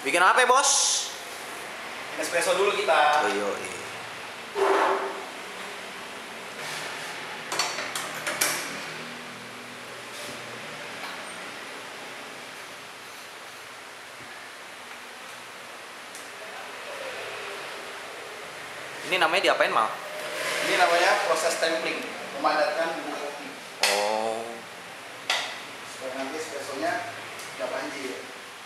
Bikin apa, Bos? Espresso dulu kita. Oh, iya. Ini namanya diapain, Mal? Ini namanya proses templing, memadatkan bubuk kopi. Oh. Supaya nanti espressonya nggak banjir.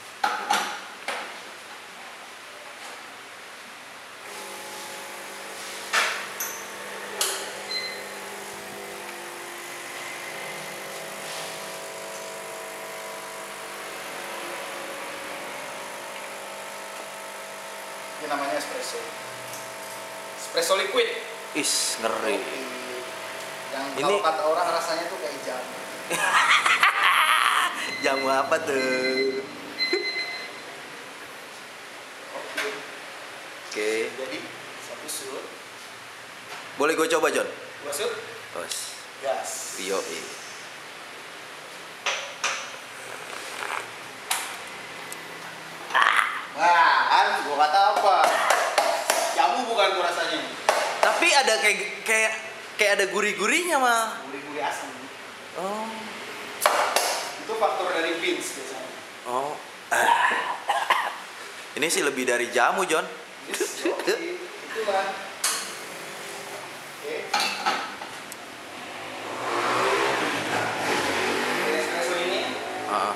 Ini namanya espresso. Espresso liquid. Is, ngeri. Yang Ini- kalau kata orang rasanya tuh kayak jamu. Jamu apa tuh? Oke. Jadi satu shot, Boleh gue coba, John? 2 shot, Bos. gas. Yo. Wah, kan gua kata apa? Jamu bukan gua rasanya. Tapi ada kayak ada gurih-gurihnya, Mal. Gurih-gurih asam. Oh. Itu faktor dari beans biasanya. Oh. Ini sih lebih dari jamu, John. Yes, itulah. Oke. Espresso ini Ah.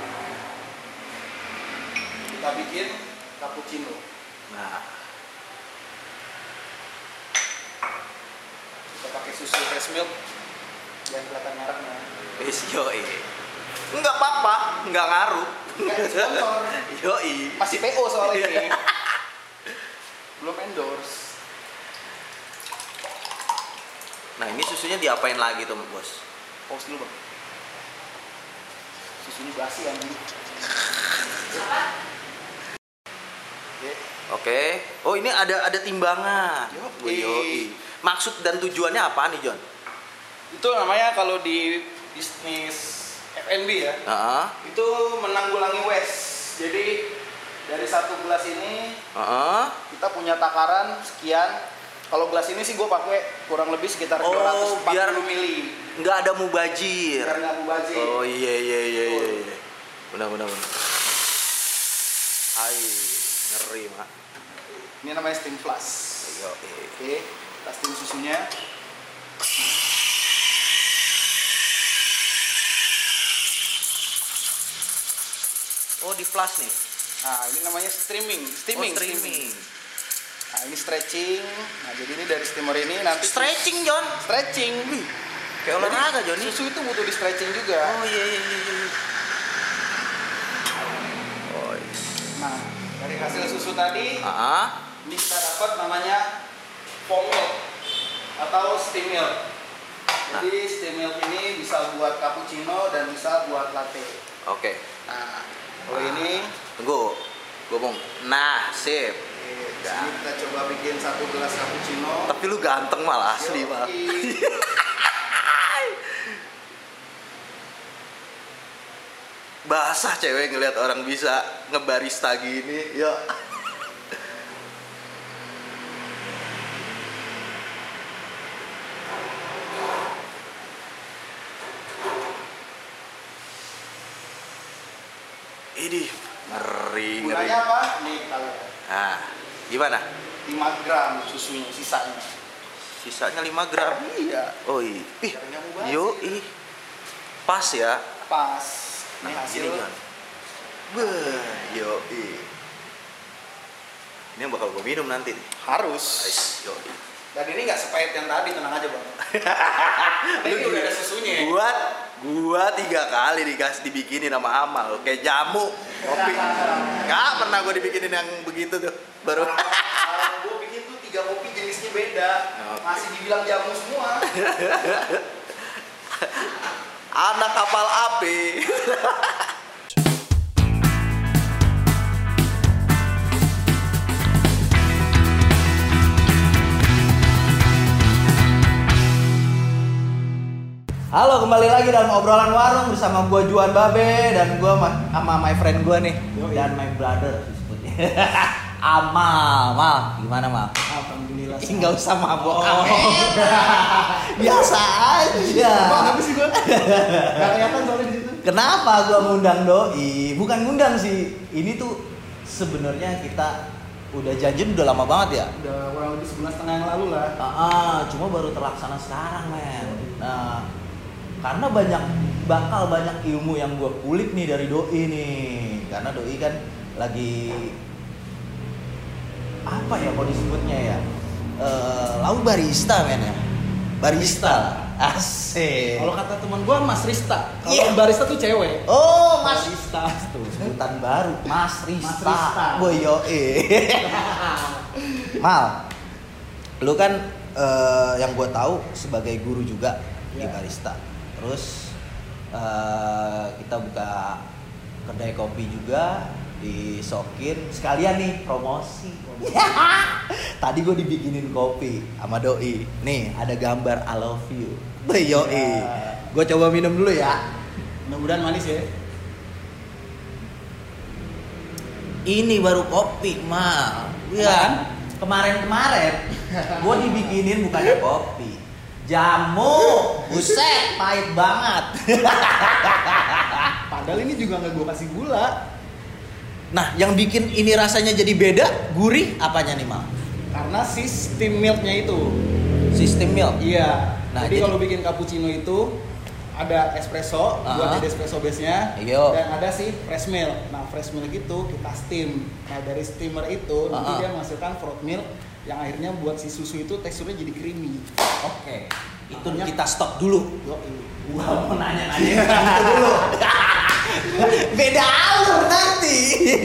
kita bikin cappuccino. Nah, Kita pakai susu fresh milk yang kelihatan mereknya. yoi. Enggak apa-apa, enggak ngaruh. Enggak sponsor. Yoi. Masih PO soalnya ini. Belum endorse. Nah, ini susunya diapain lagi tuh, Bos? Pause dulu, Bang. Susunya basi anjing. Oke. Oke. Oh, ini ada timbangan. Yoi. Yoi. Maksud dan tujuannya apa nih, John? Itu namanya kalau di bisnis F&B ya, Heeh. itu menanggulangi waste. Jadi dari satu gelas ini Heeh. kita punya takaran sekian. Kalau gelas ini sih gue pakai kurang lebih sekitar Oh, 240 biar- mili. Nggak ada mubazir. Biar nggak mubazir. Oh, iya. Betul. Benar. Hai, ngeri, Mak. Ini namanya steam flask. Yoi. Oke, kita steam susunya. Oh, di flash nih. Nah, ini namanya steaming. Oh, streaming. Nah, ini stretching. Nah, jadi ini dari steamer ini nanti Stretching, John. stretching. Kayak olahraga, Jadi, Johnny. susu itu butuh di stretching juga. Oh, iya. Oh, iya. Nah, dari hasil susu tadi, Ah. ini kita dapat namanya foam milk atau steam milk. Jadi steam milk ini bisa buat cappuccino dan bisa buat latte. Oke. Nah, kalau ini, Tunggu. Ngomong. Nah, sip. di sini kita coba bikin 1 gelas cappuccino. Tapi lu ganteng malah asli, Mal. Yoi. Basah cewek ngelihat orang bisa ngebarista gini. Ya. Ini ngeri. Gunanya apa? Nih kalau Nah, gimana? 5 gram susunya sisanya. Sisanya 5 gram. Iya. Oh, iya. Ih, Biar nggak mubazir. yoi. Pas ya. Pas. Ini Nah, hasil. gini, John. Beuh, yoi. Ini yang bakal gue minum nanti nih. Harus. Guys, yoi. Dan ini nggak sepahit yang tadi, tenang aja bang. Ini udah ada susunya. Gua 3 kali dibikinin sama Amal kayak jamu kopi. Nggak pernah gue dibikinin yang begitu tuh. Baru. Kalau gue bikin tuh 3 kopi jenisnya beda. Oke. Masih dibilang jamu semua. Anak kapal api. Halo, kembali lagi dalam obrolan warung bersama gua Juan Babe dan gua sama my friend gua nih. Yoi. Dan my brother disebutnya. Amal, gimana Mal? Alhamdulillah. Nggak usah mabok biasa aja. Apa sih gua? Gak kelihatan soalnya di situ. Kenapa gua ngundang Doi? Bukan ngundang sih. Ini tuh sebenarnya kita udah janjian udah lama banget ya. Udah kurang lebih 1,5 yang lalu lah. Cuma baru terlaksana sekarang, men. Nah, karena bakal banyak ilmu yang gua kulik nih dari Doi nih. Karena Doi kan lagi apa ya kalau disebutnya ya? Lalu barista men ya. Barista. Asik. Kalau kata teman gua Mas Rista. Kalau Iya. barista tuh cewek. Oh, Mas Barista. tuh sebutan baru, Mas Rista. Mas Rista. Boyoe. Mal, lu kan yang gue tahu sebagai guru juga di Ya. barista. Terus kita buka kedai kopi juga di Sokin. Sekalian nih promosi. Tadi gue dibikinin kopi sama Doi. Nih ada gambar I love you. Boyoe. Ya. Gue coba minum dulu ya. Mudah-mudahan manis ya. Ini baru kopi, Mal. Apaan? Ya, kemarin-kemarin gue dibikinin bukannya kopi, jamu. Buset, pahit banget. Padahal ini juga nggak gua kasih gula. Nah, yang bikin ini rasanya jadi beda, gurih, apanya nih, Mal? Karena sistem milknya itu. Sistem milk. Iya. Nah, jadi jadi- kalau bikin cappuccino itu ada espresso buat jadi espresso base-nya Iyo. dan ada si fresh milk. Nah, fresh milk itu kita steam. Nah, dari steamer itu nanti dia menghasilkan fruit milk yang akhirnya buat si susu itu teksturnya jadi creamy. Oke, itu Makanya- kita stop dulu. Yoi. Gua mau nanya-nanya itu dulu. Beda alur nanti.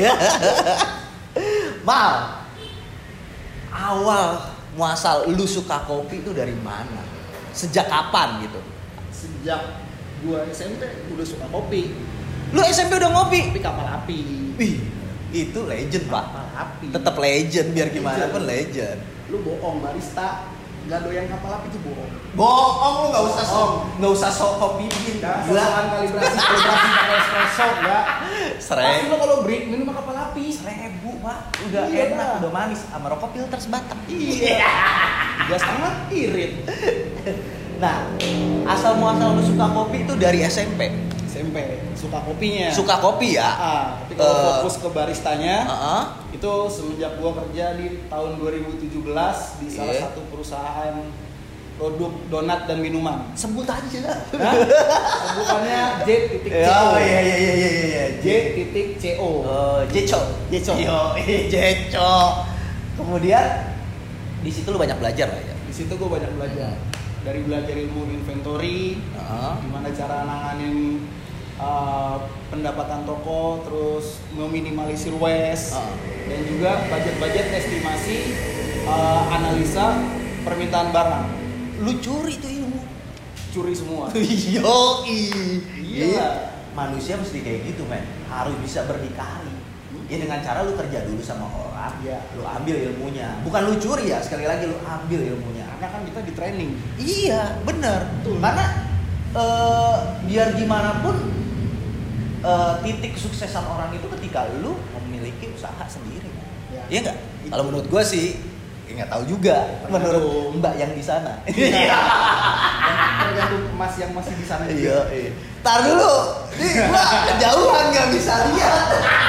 Mal, awal muasal lu suka kopi itu dari mana? Sejak kapan gitu? Sejak gua SMP udah suka kopi, Lu SMP udah ngopi? tapi kapal api. Wih, itu legend pak. Kapal api. Tetap legend biar gimana Legend. pun legend. Lu bohong barista, nggak doyan kapal api itu bohong. Bohong lu nggak usah sok kopi bikin. Jangan Gila. sosokan kalibrasi pakai espresso ya. Pasti lo kalau break minum kapal api. 1000 pak, udah Iya, enak, Pak. udah manis, sama rokok filter sebatang. Iya. 3,5 irit. Nah, asal muasal lu suka kopi itu dari SMP. SMP suka kopinya. Suka kopi ya? Tapi kalau fokus ke baristanya Heeh. itu semenjak gua kerja di tahun 2017 di salah Iya. satu perusahaan produk donat dan minuman. Sebut aja. Nah, sebutannya J.CO. Oh iya. J.CO. Jeco. Jeco. Yo, Jeco. Kemudian di situ lu banyak belajar lah ya. Di situ gue banyak belajar. Dari belajar ilmu inventory, Heeh. gimana cara nanganin pendapatan toko, terus meminimalisir waste, dan juga budget-budget estimasi analisa permintaan barang. Lu curi tuh ilmu. Curi semua. Yo, Iya. Manusia mesti kayak gitu, men. Harus bisa berdikari. Ya dengan cara lu kerja dulu sama orang, Iya. lu ambil ilmunya. Bukan lu curi ya, sekali lagi lu ambil ilmunya. Karena kan kita di training. Iya, bener. Betul. Karena biar gimana pun titik kesuksesan orang itu ketika lu memiliki usaha sendiri. Ya. Iya nggak? Kalau menurut gua sih, nggak tahu juga. Menurut Mbak yang di sana. Tergantung emas yang masih di sana juga. Iya. Tar dulu, nih gua kejauhan nggak bisa lihat.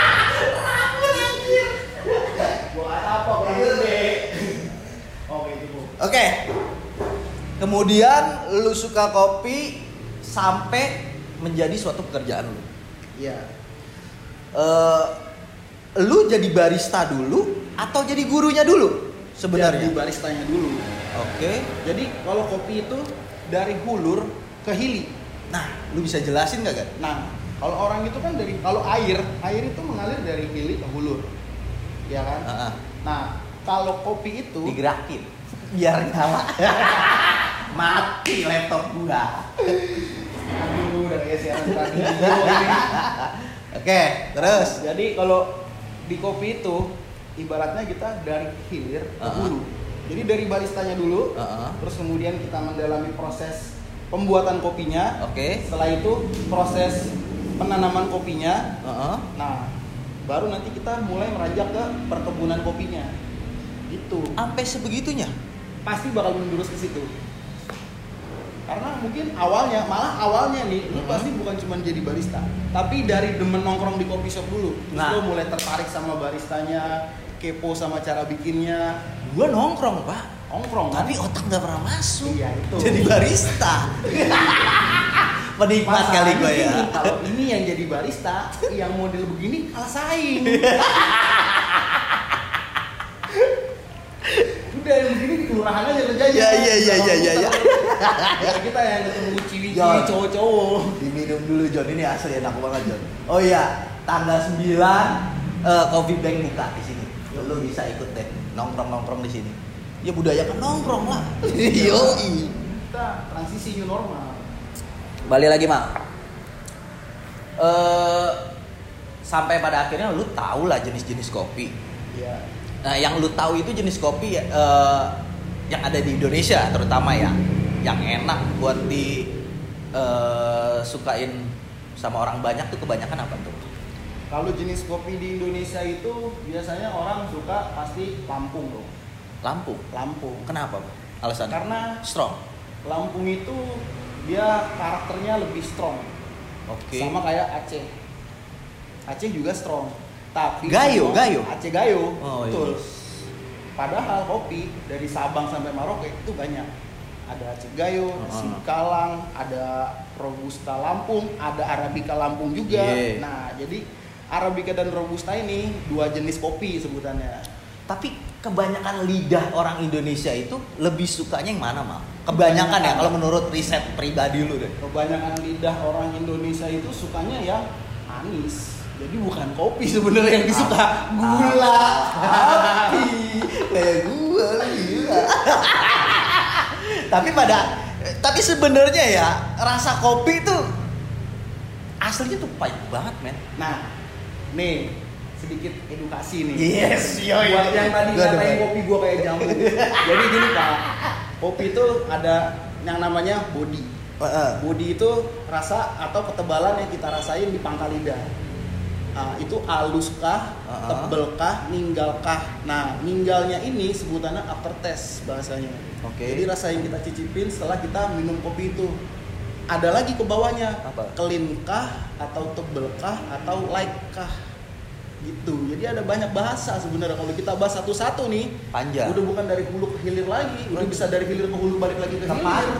Buat apa kurang gede? Oke itu Bu. Oke. Kemudian lu suka kopi sampai menjadi suatu pekerjaan lu. Iya. Lu jadi barista dulu atau jadi gurunya dulu Jadi sebenarnya? baristanya dulu. Oke. Jadi kalau kopi itu dari hulur ke hili. Nah, lu bisa jelasin nggak kan? Nah, kalau orang itu kan dari kalau air itu mengalir dari hili ke hulur. Ya kan? Nah, kalau kopi itu Digerakin biar nyala. Mati laptop gua. aduh udah kayak siaran radio ini. Oke, terus. Jadi kalau di kopi itu ibaratnya kita dari hilir ke hulu. Jadi dari baristanya dulu, terus kemudian kita mendalami proses pembuatan kopinya. Oke. Setelah itu proses penanaman kopinya. Nah, baru nanti kita mulai meranjak ke perkebunan kopinya. Gitu. Sampai sebegitunya. Pasti bakal menjurus ke situ. Karena mungkin awalnya nih lu pasti bukan cuma jadi barista, tapi dari demen nongkrong di coffee shop dulu. Terus lu mulai tertarik sama baristanya, kepo sama cara bikinnya. Gua nongkrong, Pak. Nongkrong kan? Tapi otak nggak pernah masuk. Iya, itu. Jadi barista. Penikmat kali gua ya. Ini, kalau ini yang jadi barista, yang model begini kalah saing. Udah yang begini di kelurahan aja kerjanya. Iya. Ya kita yang ketemu ciwi-ciwi John. cowok-cowok. Diminum dulu John, ini asli enak banget John. Oh iya, tanggal 9 Coffee Bank buka di sini. Lu bisa ikut deh nongkrong di sini. Ya budayakan nongkrong lah. Yoi. Kita transisi new normal. Balik lagi Mal. Sampai pada akhirnya lu tahu lah jenis-jenis kopi. Iya. Nah, yang lu tahu itu jenis kopi yang ada di Indonesia terutama ya, yang enak buat sukain sama orang banyak tuh kebanyakan apa tuh? Kalau jenis kopi di Indonesia itu biasanya orang suka pasti Lampung dong. Lampung. Kenapa, Bang? Alasannya? Karena strong. Lampung itu dia karakternya lebih strong. Oke. Sama kayak Aceh. Aceh juga strong. Tapi Gayo. Aceh Gayo. Oh, betul. iya. Padahal kopi dari Sabang sampai Merauke itu banyak. Ada Aceh Gayo, Singkalang, ada Robusta Lampung, ada Arabica Lampung juga. Yeah. Nah, jadi Arabica dan Robusta ini dua jenis kopi sebutannya. Tapi kebanyakan lidah orang Indonesia itu lebih sukanya yang mana, Mal? Kebanyakan ya kalau menurut riset pribadi lu deh. Kebanyakan lidah orang Indonesia itu sukanya yang manis. Jadi bukan kopi sebenarnya yang disuka, gula. Api kayak gua gila. Tapi sebenarnya ya rasa kopi itu aslinya tuh pahit banget, men. Nah, nih sedikit edukasi nih. Yes, yoi. Buat yang tadi ngatain kopi gua kayak jamu. Jadi gini Pak, kopi itu ada yang namanya body. Body itu rasa atau ketebalan yang kita rasain di pangkal lidah. Nah, itu haluskah, tebelkah, ninggalkah. Nah, ninggalnya ini sebutannya aftertaste bahasanya. Oke. Jadi rasa yang kita cicipin setelah kita minum kopi itu. Ada lagi ke bawahnya. Apa? Clean-kah atau tebelkah atau light-kah. Gitu. Jadi ada banyak bahasa sebenarnya. Kalau kita bahas satu-satu nih, panjang. udah bukan dari hulu ke hilir lagi, udah bisa dari hilir ke hulu balik lagi ke hilir.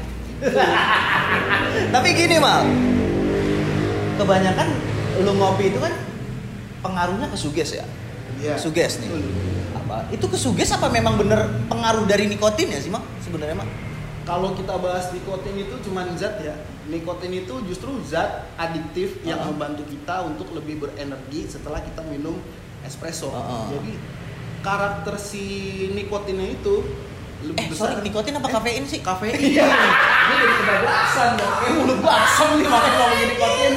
Tapi gini, Mal. Kebanyakan lu ngopi itu kan pengaruhnya ke suges ya? Iya. Suges nih. Betul. Apa? Itu ke suges apa memang bener pengaruh dari nikotin ya sih, Mal? Sebenarnya, Mal? Kalau kita bahas nikotin itu cuma zat ya. Nikotin itu justru zat adiktif yang membantu kita untuk lebih berenergi setelah kita minum espresso. Jadi karakter si nikotinnya itu lebih besar. Sorry, nikotin apa kafein sih? Kafein. Iya. Ini jadi kebablasan dong. Kayak mulut basam nih makanya ngomongin nikotin.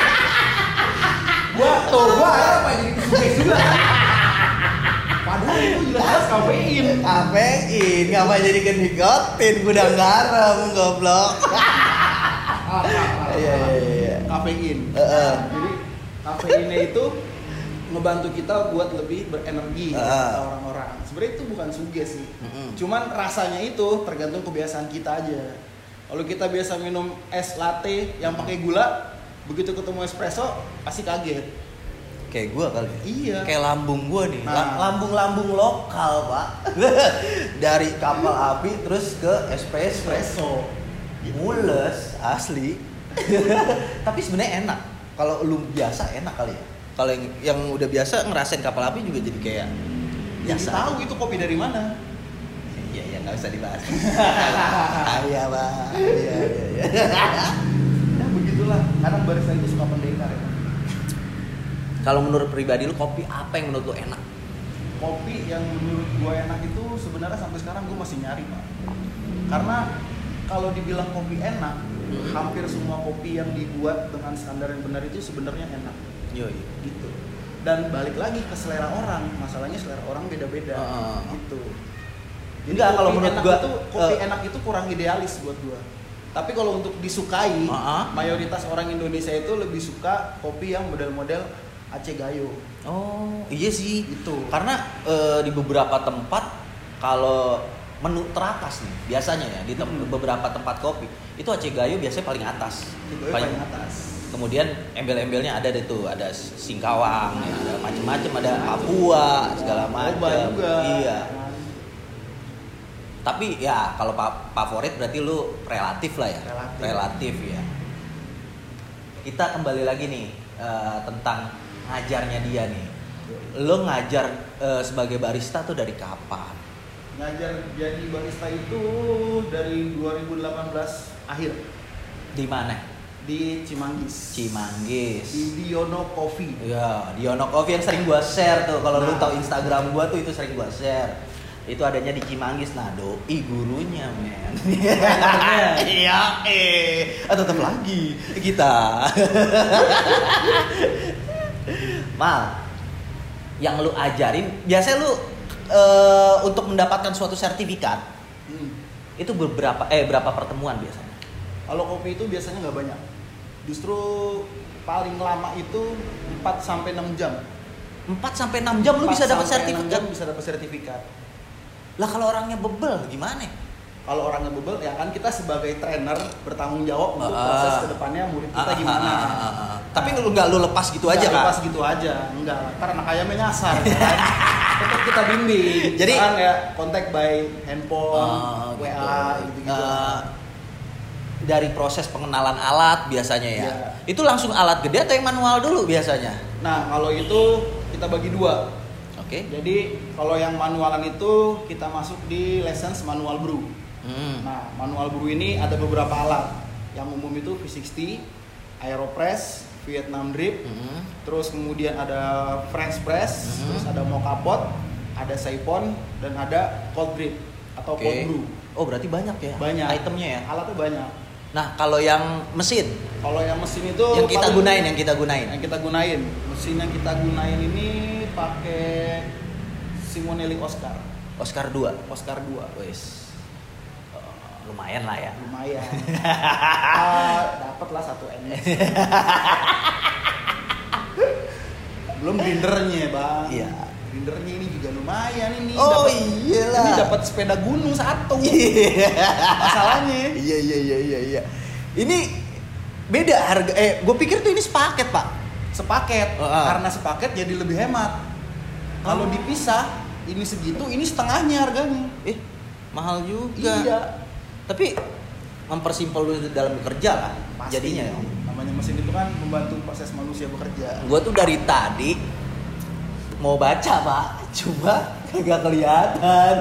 Gua apa jadi kesuges juga. Padahal itu jelas kafein. Kafein, ngapa jadi ke nikotin? Gudang garam, goblok. Iya. Kafein. Jadi kafeinnya itu ngebantu kita buat lebih berenergi kata orang-orang. Sebenarnya itu bukan suges sih. Cuman rasanya itu tergantung kebiasaan kita aja. Kalau kita biasa minum es latte yang pakai gula, begitu ketemu espresso pasti kaget. Kayak gua kali. Iya. Kayak lambung gua nih. Nah. Lambung-lambung lokal, Pak. Dari kapal api terus ke espresso. Mules asli. Tapi sebenarnya enak. Kalau lu biasa enak kali ya. Kalau yang udah biasa ngerasain kapal api juga jadi kayak Jadi biasa. tahu itu kopi dari mana. Iya, nggak usah dibahas. Iya, Bang. Iya. Ya begitulah. Kadang barista itu suka pendekar ya. Kalau menurut pribadi lu kopi apa yang menurut lu enak? Kopi yang menurut gua enak itu sebenarnya sampai sekarang gua masih nyari, Pak. Karena kalau dibilang kopi enak, hampir semua kopi yang dibuat dengan standar yang benar itu sebenarnya enak. Yoi. Gitu. Dan balik lagi ke selera orang. Masalahnya selera orang beda-beda. Gitu. Jadi Enggak, kalau menurut gua kopi enak itu kurang idealis buat gua. Tapi kalau untuk disukai, mayoritas orang Indonesia itu lebih suka kopi yang model-model Aceh Gayo. Oh iya sih Itu. karena di beberapa tempat kalau menu teratas nih biasanya ya di beberapa tempat kopi itu Aceh Gayo biasanya paling atas. Paling atas. Kemudian embel-embelnya ada deh tuh, ada Singkawang, ya, ada macem-macem, ada Papua segala macam. Iya. Tapi ya kalau favorit berarti lu relatif lah ya. Relatif ya. Kita kembali lagi nih tentang ngajarnya dia nih. Lo ngajar sebagai barista tuh dari kapan? Ngajar jadi barista itu dari 2018 akhir. Di mana? Di Cimanggis. Di Diono Coffee. Ya, Diono Coffee yang sering gua share tuh. Kalau lu tahu Instagram gua tuh itu sering gua share. Itu adanya di Cimanggis. Nah, doi gurunya, men. Iya, tetap lagi kita. Mal, yang lu ajarin, biasanya lu untuk mendapatkan suatu sertifikat itu berapa pertemuan biasanya? Kalau kopi itu biasanya nggak banyak. Justru paling lama itu 4 sampai 6 jam. 4 sampai 6 jam lu bisa dapat sertifikat? Bisa dapat sertifikat. Lah kalau orangnya bebel gimana? Kalau orangnya bebel ya kan kita sebagai trainer bertanggung jawab untuk proses kedepannya murid kita gimana. Tapi nggak lu lepas gitu aja kan? Lepas gitu aja, enggak. Ntar anak ayamnya nyasar kan. Tetap kita bimbing. Jadi misalkan ya kontak by handphone, WA gitu-gitu. Dari proses pengenalan alat biasanya ya. Iya. Itu langsung alat gede atau yang manual dulu biasanya? Nah, kalau itu kita bagi 2. Oke. Jadi kalau yang manualan itu kita masuk di lessons manual brew. Nah, manual brew ini ada beberapa alat. Yang umum itu V60, Aeropress, Vietnam Drip, terus kemudian ada French Press, terus ada Moka Pot, ada Siphon, dan ada Cold Drip atau Cold Brew. Oh berarti banyak ya? Banyak. Itemnya ya? Alatnya banyak. Nah kalau yang mesin? Kalau yang mesin itu yang kita gunain. Yang kita gunain. Mesin yang kita gunain ini pakai Simonelli Oscar. Oscar 2. Oscar 2. Wes. Lumayan lah ya. Lumayan. Dapat lah 1 NS. Belum grindernya, Bang. Iya. Grindernya ini juga lumayan ini. Oh iyalah. Ini dapat sepeda gunung 1. Masalahnya. Iya. Ini beda harga. Gue pikir tuh ini sepaket, Pak. Sepaket. Karena sepaket jadi lebih hemat. Kalau dipisah, ini segitu, ini setengahnya harganya. Mahal juga. Iya. Tapi mempersimpel dulu dalam bekerja lah. Pasti. Jadinya. Namanya mesin itu kan membantu proses manusia bekerja. Gue tuh dari tadi mau baca, Pak, cuma kagak kelihatan.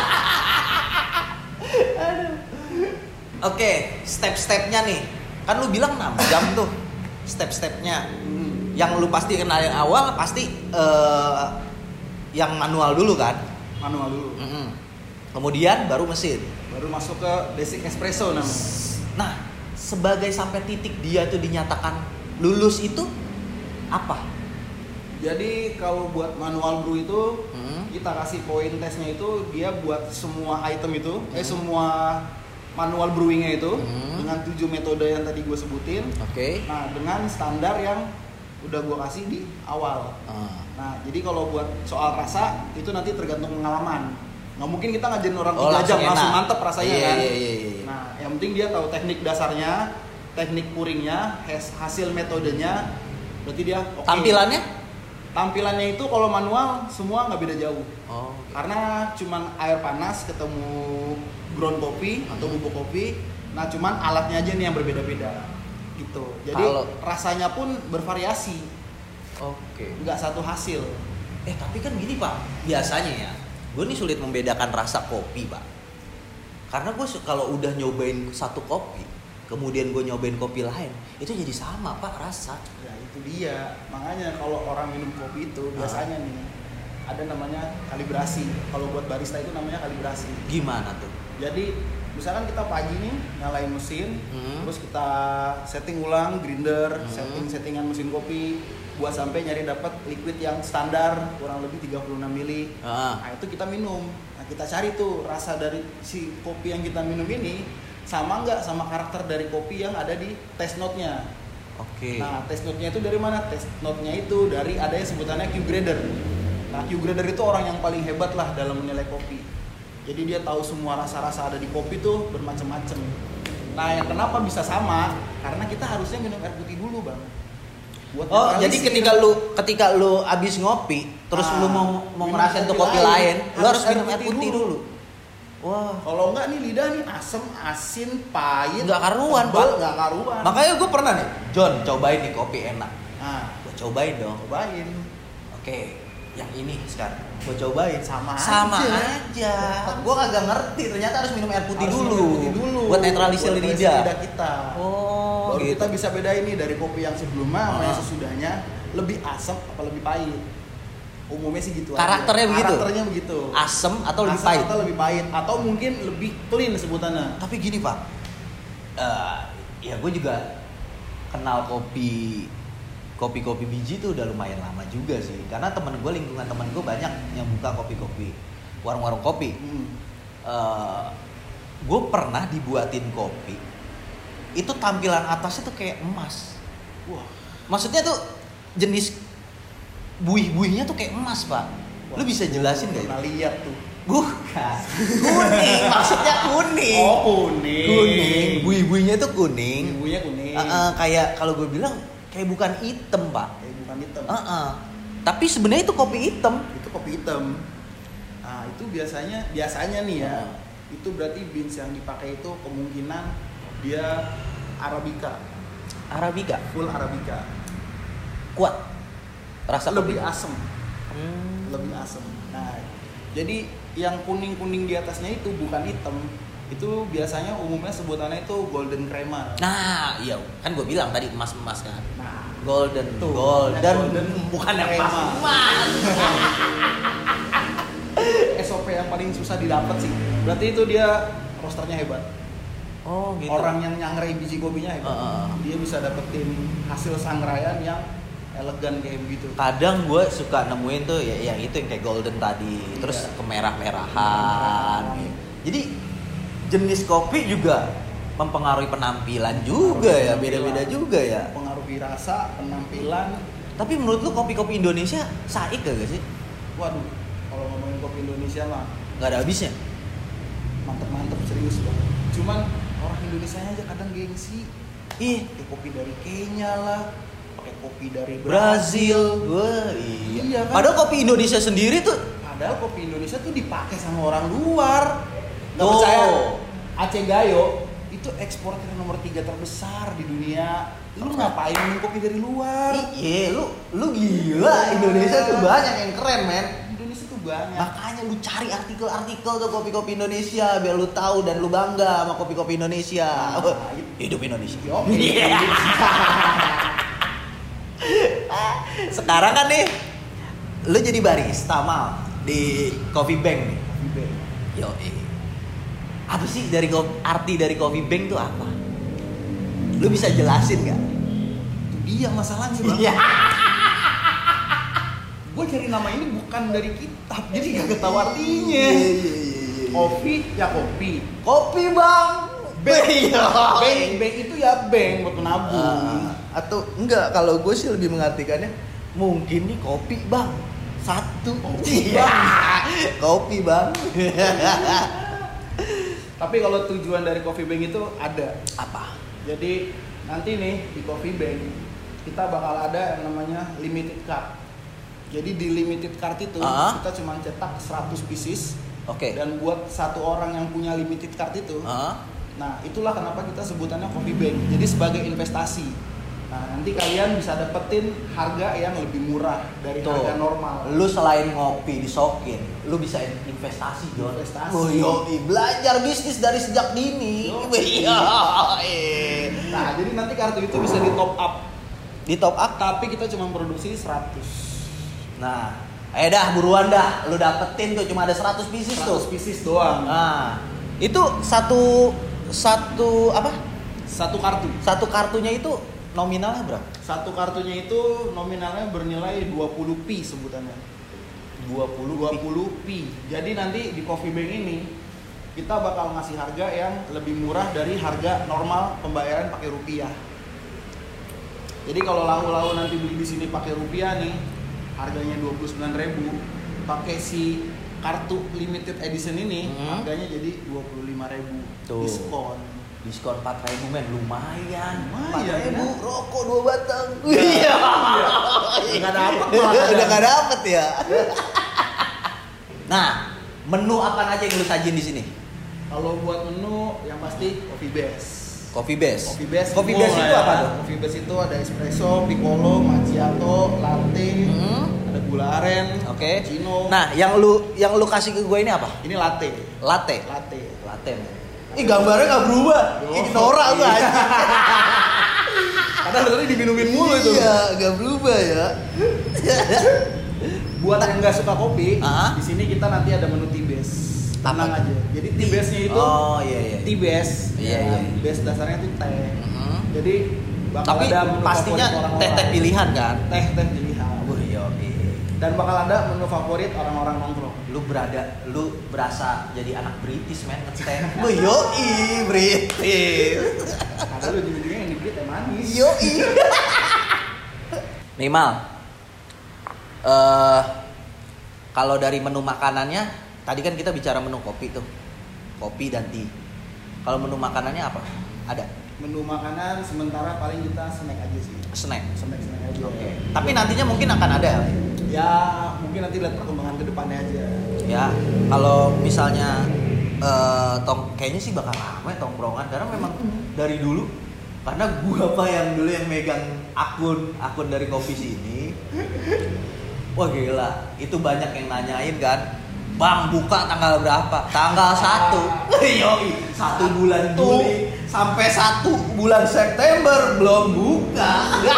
Aduh. Oke, step-stepnya nih. Kan lu bilang 6 jam tuh step-stepnya. Yang lu pasti kenalin awal pasti yang manual dulu kan? Manual dulu. Kemudian baru mesin. Baru masuk ke basic espresso namanya. Nah, sebagai sampai titik dia tuh dinyatakan lulus itu apa? Jadi kalau buat manual brew itu kita kasih poin tesnya itu dia buat semua item itu, semua manual brewingnya itu dengan 7 metode yang tadi gue sebutin. Oke. Nah dengan standar yang udah gue kasih di awal. Nah jadi kalau buat soal rasa itu nanti tergantung pengalaman. Nggak mungkin kita ngajarin orang 3 jam langsung mantep rasanya kan. Iya. Nah yang penting dia tahu teknik dasarnya, teknik pouringnya, hasil metodenya, berarti dia oke. Tampilannya itu kalau manual semua nggak beda jauh. Karena cuman air panas ketemu ground kopi atau bubuk kopi. Nah cuman alatnya aja nih yang berbeda-beda gitu. Jadi rasanya pun bervariasi. Nggak satu hasil. Tapi kan gini Pak, biasanya ya gue nih sulit membedakan rasa kopi Pak. Karena gue kalau udah nyobain satu kopi, kemudian gue nyobain kopi lain, itu jadi sama Pak rasa. Ya itu dia. Makanya kalau orang minum kopi itu biasanya nih ada namanya kalibrasi. Kalau buat barista itu namanya kalibrasi. Gimana tuh? Jadi misalkan kita pagi nih nyalain mesin, terus kita setting ulang grinder, settingan mesin kopi buat sampai nyari dapat liquid yang standar kurang lebih 36 mili. Nah itu kita minum. Nah kita cari tuh rasa dari si kopi yang kita minum ini sama nggak sama karakter dari kopi yang ada di taste note-nya. Oke. Nah, test note-nya itu dari mana? Test note-nya itu dari ada yang sebutannya Q grader. Nah, Q grader itu orang yang paling hebat lah dalam menilai kopi. Jadi dia tahu semua rasa-rasa ada di kopi tuh bermacam-macam. Nah, yang kenapa bisa sama? Karena kita harusnya minum air putih dulu, Bang. Jadi ketika lu abis ngopi, terus lu mau ngerasain tuh kopi lain, lu harus minum air putih dulu. Wah, kalau enggak nih lidah nih asem, asin, pahit, nggak karuan, Pak. Nggak karuan. Makanya gue pernah nih, John, cobain nih kopi enak. Nah, gue cobain dong. Cobain. Oke, yang ini sekarang gue cobain sama aja. Gue kagak ngerti, ternyata harus minum air putih dulu buat netralisir lidah kita. Oh, baru gitu. kita bisa bedain nih dari kopi yang sebelumnya sama yang sesudahnya lebih asam apa lebih pahit. Umumnya sih gitu Karakternya aja. begitu? Karakternya begitu. Asam atau lebih pahit? Atau lebih pahit atau mungkin lebih clean sebutannya. Tapi gini, Pak. Ya gue juga kenal kopi biji tuh udah lumayan lama juga sih. Karena lingkungan temen gue banyak yang buka kopi-kopi, warung-warung kopi. Gue pernah dibuatin kopi. Itu tampilan atasnya tuh kayak emas. Wah. Maksudnya tuh jenis buih-buihnya tuh kayak emas, Pak. Lu bisa jelasin gak? Pernah lihat tuh. Bukan. Kuning, maksudnya kuning. Oh, kuning. Kuning. Buih-buihnya tuh kuning. Buihnya kuning. Kayak kalau gue bilang kayak bukan hitam, Pak. Kayak bukan hitam. Tapi sebenarnya itu kopi hitam. Itu kopi hitam. Nah, itu biasanya nih ya. Itu berarti beans yang dipakai itu kemungkinan dia Arabica. Arabica. Full Arabica. Kuat. Rasa lebih kopi. asam. Lebih asam. Nah, jadi yang kuning-kuning di atasnya itu bukan hitam. Itu biasanya umumnya sebutannya itu golden crema. Nah, iya, kan gue bilang tadi emas-emas kan. Nah, golden bukan yang emas. SOP yang paling susah didapat sih. Berarti itu dia rosternya hebat. Oh, gitu. Orang yang nyangrai biji kopinya hebat. Dia bisa dapetin hasil sangraian yang elegan kayak begitu. Kadang gue suka nemuin tuh ya yang itu yang kayak golden tadi, terus kemerah-merahan. Jadi jenis kopi juga mempengaruhi penampilan juga ya, beda-beda juga ya. Pengaruhi rasa, penampilan. Tapi menurut lu kopi-kopi Indonesia saik gak sih? Waduh, kalau ngomongin kopi Indonesia mah nggak ada habisnya. Mantep serius banget. Cuman orang Indonesia aja kadang gengsi. Kopi dari Kenya lah. Kopi dari Brazil. Wah, iya. Kan? Padahal kopi Indonesia sendiri tuh. Padahal kopi Indonesia tuh dipakai sama orang luar. Gak percaya? Aceh Gayo itu eksportir nomor 3 terbesar di dunia. Lu ngapain minum kopi dari luar? Iya, lu gila. Indonesia tuh banyak yang keren, men. Indonesia tuh banyak. Makanya lu cari artikel-artikel tuh kopi-kopi Indonesia biar lu tahu dan lu bangga sama kopi-kopi Indonesia. Hidup Indonesia. Sekarang kan nih lu jadi barista mal di Coffee Bank nih. Yo, apa sih arti dari Coffee Bank tuh apa? Lu bisa jelasin gak? Itu dia masalahnya, Bang. Iya. Gue cari nama ini bukan dari kitab, jadi gak tahu artinya. Kopi ya kopi. Kopi, Bang. Bank itu ya bank buat menabung. Atau enggak, kalau gue sih lebih mengartikannya mungkin nih kopi, Bang. Satu. Kopi, Bang. Tapi kalau tujuan dari Coffee Bank itu ada. Apa? Jadi nanti nih di Coffee Bank kita bakal ada yang namanya limited card. Jadi di limited card itu kita cuma cetak 100 pieces. Oke. Dan buat satu orang yang punya limited card itu, nah itulah kenapa kita sebutannya Coffee Bank. Jadi sebagai investasi. Nah nanti kalian bisa dapetin harga yang lebih murah dari harga normal. Lu selain ngopi di Sokin, lu bisa investasi, John. Investasi. Oh, belajar bisnis dari sejak dini. Nah jadi nanti kartu itu bisa di top up. Di top up, tapi kita cuma produksi 100. Nah, ayo dah buruan dah, lu dapetin tuh cuma ada 100 pieces tuh. 100 pieces doang. Nah, itu satu apa? Satu kartu. Satu kartunya itu nominalnya berapa? Satu kartunya itu nominalnya bernilai 20 P sebutannya. 20 P. Jadi nanti di Coffee Bank ini kita bakal ngasih harga yang lebih murah dari harga normal pembayaran pakai rupiah. Jadi kalau lau nanti beli di sini pakai rupiah nih, harganya 29.000. Pakai si kartu limited edition ini, harganya jadi 25.000. Tuh. Diskon 4.000 men, lumayan. 4.000 Lumayan, ya. rokok 2 batang. Iya. Enggak dapet malah. Udah gak dapet ya. Nah, menu apa aja yang lu sajin di sini? Kalau buat menu yang pasti coffee base. Coffee base. Coffee base. Coffee base itu apa tuh? Coffee base itu ada espresso, piccolo, macchiato, latte, ada gula aren, Oke. cappuccino. Nah, yang lu kasih ke gue ini apa? Ini latte. Latte. Latte. Men. Ih, gambarnya gak berubah. Ini norak tuh aja. Karena tadi diminumin mulu itu. Iya, gak berubah ya. Buat yang nggak suka kopi, Ah. di sini kita nanti ada menu tea base. Tenang Apa? aja. Jadi tea base-nya itu Iya. tea base. Iya. Base dasarnya itu teh. Mhm. Jadi bakal Tapi ada menu pastinya favorit orang-orang. teh-teh pilihan kan? Teh pilihan. Wah, yoi. Dan bakal ada menu favorit orang-orang nongkrong. Lu berasa jadi anak British men ngeteh. Wah, yoi, British. Karena lu ujung-ujungnya yang dibeli teh manis. Yoi. Nih Mal, kalau dari menu makanannya, tadi kan kita bicara menu kopi tuh, kopi dan tea. Kalau menu makanannya apa? Ada? Menu makanan sementara paling kita snack aja sih. Snack. Snack aja. Oke. Tapi nantinya mungkin akan ada. Ya mungkin nanti lihat perkembangan ke depannya aja. Ya, kalau misalnya kayaknya sih bakal ramai tongkrongan karena memang dari dulu, karena gua apa yang dulu yang megang akun dari kopi sini. Wah gila, itu banyak yang nanyain kan, Bang buka tanggal berapa? Tanggal 1. Yoi, 1 bulan Juli sampai 1 bulan September belum buka.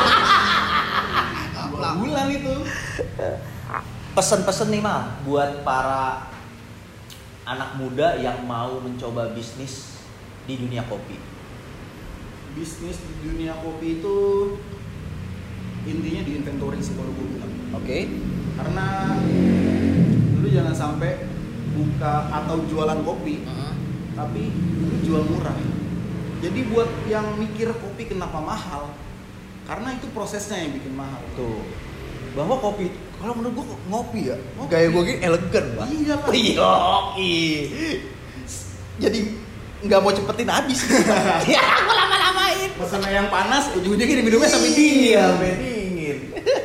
2 bulan itu. Pesen-pesen nih Mal buat para anak muda yang mau mencoba bisnis di dunia kopi. Bisnis di dunia kopi itu intinya di inventory sih kalau gue bilang. Oke. Karena lu jangan sampai buka atau jualan kopi, tapi lu jual murah. Jadi buat yang mikir kopi kenapa mahal, karena itu prosesnya yang bikin mahal. Tuh. Bahwa kopi, kalau menurut gua ngopi ya, gaya gua gini elegan Bang. Iya lah. Yoi. Jadi nggak mau cepetin habis. Ya, gua lama-lamain. Pesannya yang panas, ujung-ujungnya diminumnya sampai dingin. Iya, sampai dingin.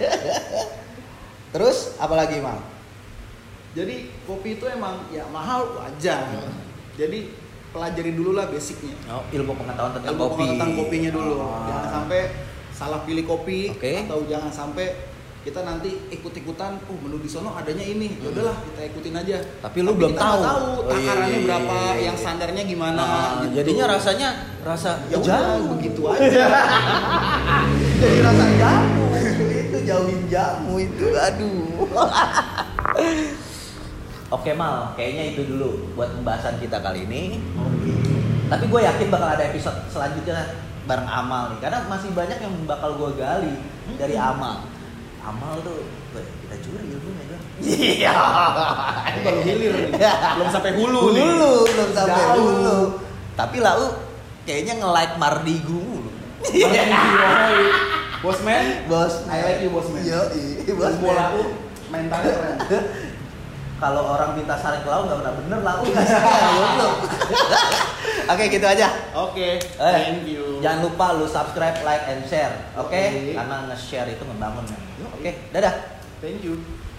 Terus apalagi Mal? Jadi kopi itu emang ya mahal wajar. Jadi pelajari dulu lah basicnya. Oh, ilmu pengetahuan tentang Ilmu kopi. pengetahuan kopinya dulu. Ah. Jangan sampai salah pilih kopi. Oke. Atau jangan sampai kita nanti ikut-ikutan, menu di sono adanya ini. Ya udahlah kita ikutin aja. Tapi lu belum kita tahu. nggak tahu Oh, takarannya iya. berapa, yang standarnya gimana. Nah, gitu. jadinya rasa ya udah jauh. begitu aja. Jadi rasa jamu itu jauhin jamu itu, aduh. Oke Mal, kayaknya itu dulu buat pembahasan kita kali ini. Tapi gue yakin bakal ada episode selanjutnya bareng Amal nih, karena masih banyak yang bakal gue gali dari Amal. Amal tuh, kita curi ilmunya kan? Iya. Itu baru hilir nih. Belum sampai hulu nih. Belum sampai Jauh. hulu. Tapi lau kayaknya nge-like Mardigu mulu. Bosman, Bos, I like you Bosman. Yoi, bos. Bola lu mentalnya keren. Kalau orang minta saran ke lau nggak pernah bener lau ngasihnya, goblok. Oke gitu aja. Oke, thank you. Jangan lupa lu subscribe, like, and share. Oke? Oke. Karena nge-share itu ngebangun. Oke, dadah. Thank you.